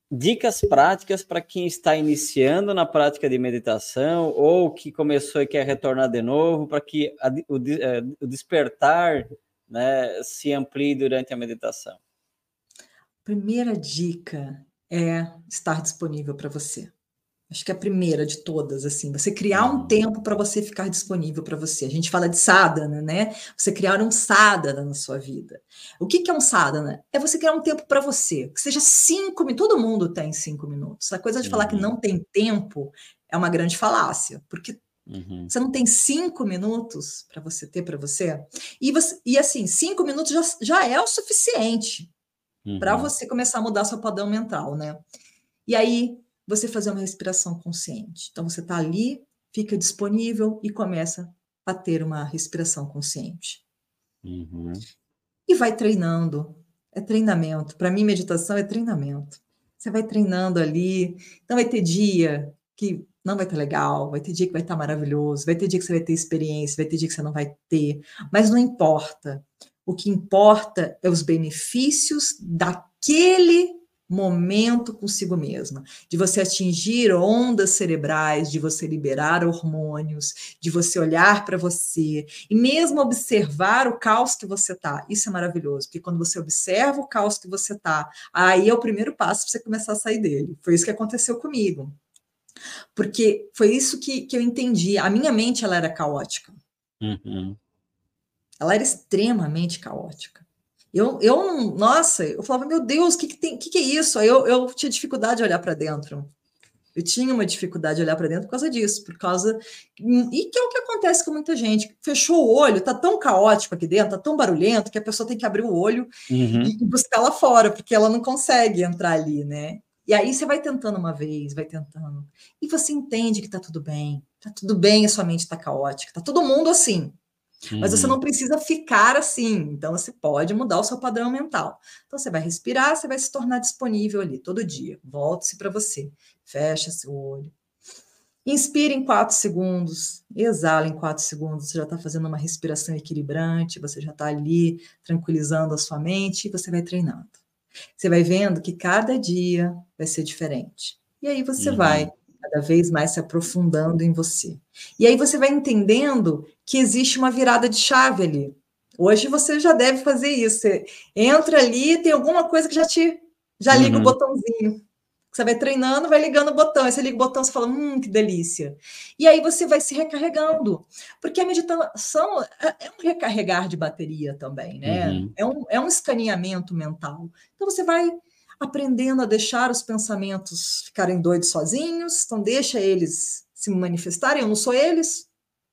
dicas práticas para quem está iniciando na prática de meditação ou que começou e quer retornar de novo, para que o despertar, né, se amplie durante a meditação. Primeira dica é estar disponível para você. Acho que é a primeira de todas, assim, você criar um tempo para você ficar disponível para você. A gente fala de sadhana, né? Você criar um sadhana na sua vida. O que é um sadhana? É você criar um tempo para você, que seja 5 minutos. Todo mundo tem 5 minutos. A coisa de falar que não tem tempo é uma grande falácia, porque você não tem 5 minutos para você ter para você. E assim, 5 minutos já é o suficiente para você começar a mudar seu padrão mental, né? E aí, você fazer uma respiração consciente. Então, você está ali, fica disponível e começa a ter uma respiração consciente. E vai treinando. É treinamento. Para mim, meditação é treinamento. Você vai treinando ali. Então, vai ter dia que não vai estar legal, vai ter dia que vai estar maravilhoso, vai ter dia que você vai ter experiência, vai ter dia que você não vai ter. Mas não importa. O que importa é os benefícios daquele momento consigo mesma, de você atingir ondas cerebrais, de você liberar hormônios, de você olhar para você e mesmo observar o caos que você tá. Isso é maravilhoso, porque quando você observa o caos que você tá, aí é o primeiro passo para você começar a sair dele. Foi isso que aconteceu comigo. Porque foi isso que eu entendi. A minha mente, ela era caótica. Ela era extremamente caótica. Nossa, eu falava, meu Deus, o que é isso? Aí eu tinha dificuldade de olhar para dentro. Eu tinha uma dificuldade de olhar para dentro por causa disso, e que é o que acontece com muita gente. Fechou o olho, tá tão caótico aqui dentro, tá tão barulhento, que a pessoa tem que abrir o olho e buscar lá fora, porque ela não consegue entrar ali, né? E aí você vai tentando uma vez, vai tentando. E você entende que tá tudo bem. Tá tudo bem, a sua mente tá caótica. Tá todo mundo assim. Mas você não precisa ficar assim, então você pode mudar o seu padrão mental. Então você vai respirar, você vai se tornar disponível ali todo dia. Volte-se para você, fecha seu olho. Inspira em 4 segundos, exala em 4 segundos, você já está fazendo uma respiração equilibrante, você já está ali tranquilizando a sua mente e você vai treinando. Você vai vendo que cada dia vai ser diferente. E aí você vai cada vez mais se aprofundando em você. E aí você vai entendendo que existe uma virada de chave ali. Hoje você já deve fazer isso. Você entra ali, tem alguma coisa que já liga o botãozinho. Você vai treinando, vai ligando o botão. Aí você liga o botão, você fala, que delícia. E aí você vai se recarregando. Porque a meditação é um recarregar de bateria também, né? É um escaneamento mental. Então você vai aprendendo a deixar os pensamentos ficarem doidos sozinhos. Então deixa eles se manifestarem. Eu não sou eles,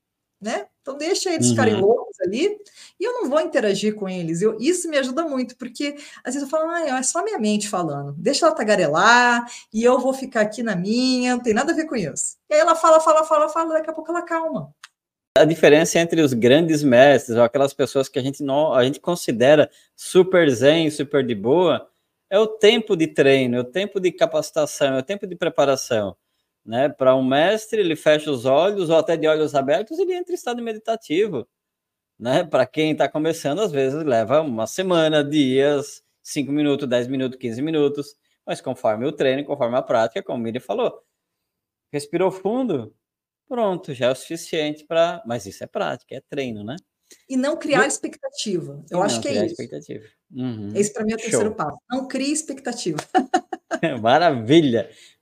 né? Então deixa eles ficarem loucos ali e eu não vou interagir com eles. Isso me ajuda muito, porque às vezes eu falo, é só minha mente falando, deixa ela tagarelar e eu vou ficar aqui na minha, não tem nada a ver com isso. E aí ela fala, daqui a pouco ela calma. A diferença entre os grandes mestres, ou aquelas pessoas que a gente considera super zen, super de boa, é o tempo de treino, é o tempo de capacitação, é o tempo de preparação. Né? Para um mestre, ele fecha os olhos, ou até de olhos abertos, ele entra em estado meditativo. Né? Para quem está começando, às vezes leva uma semana, dias, 5 minutos, 10 minutos, 15 minutos, mas conforme o treino, conforme a prática, como o Miri falou, respirou fundo, pronto, já é o suficiente para... Mas isso é prática, é treino, né? E não criar expectativa. Eu acho que é isso. Expectativa. Esse para mim é o terceiro passo. Não crie expectativa. Maravilha!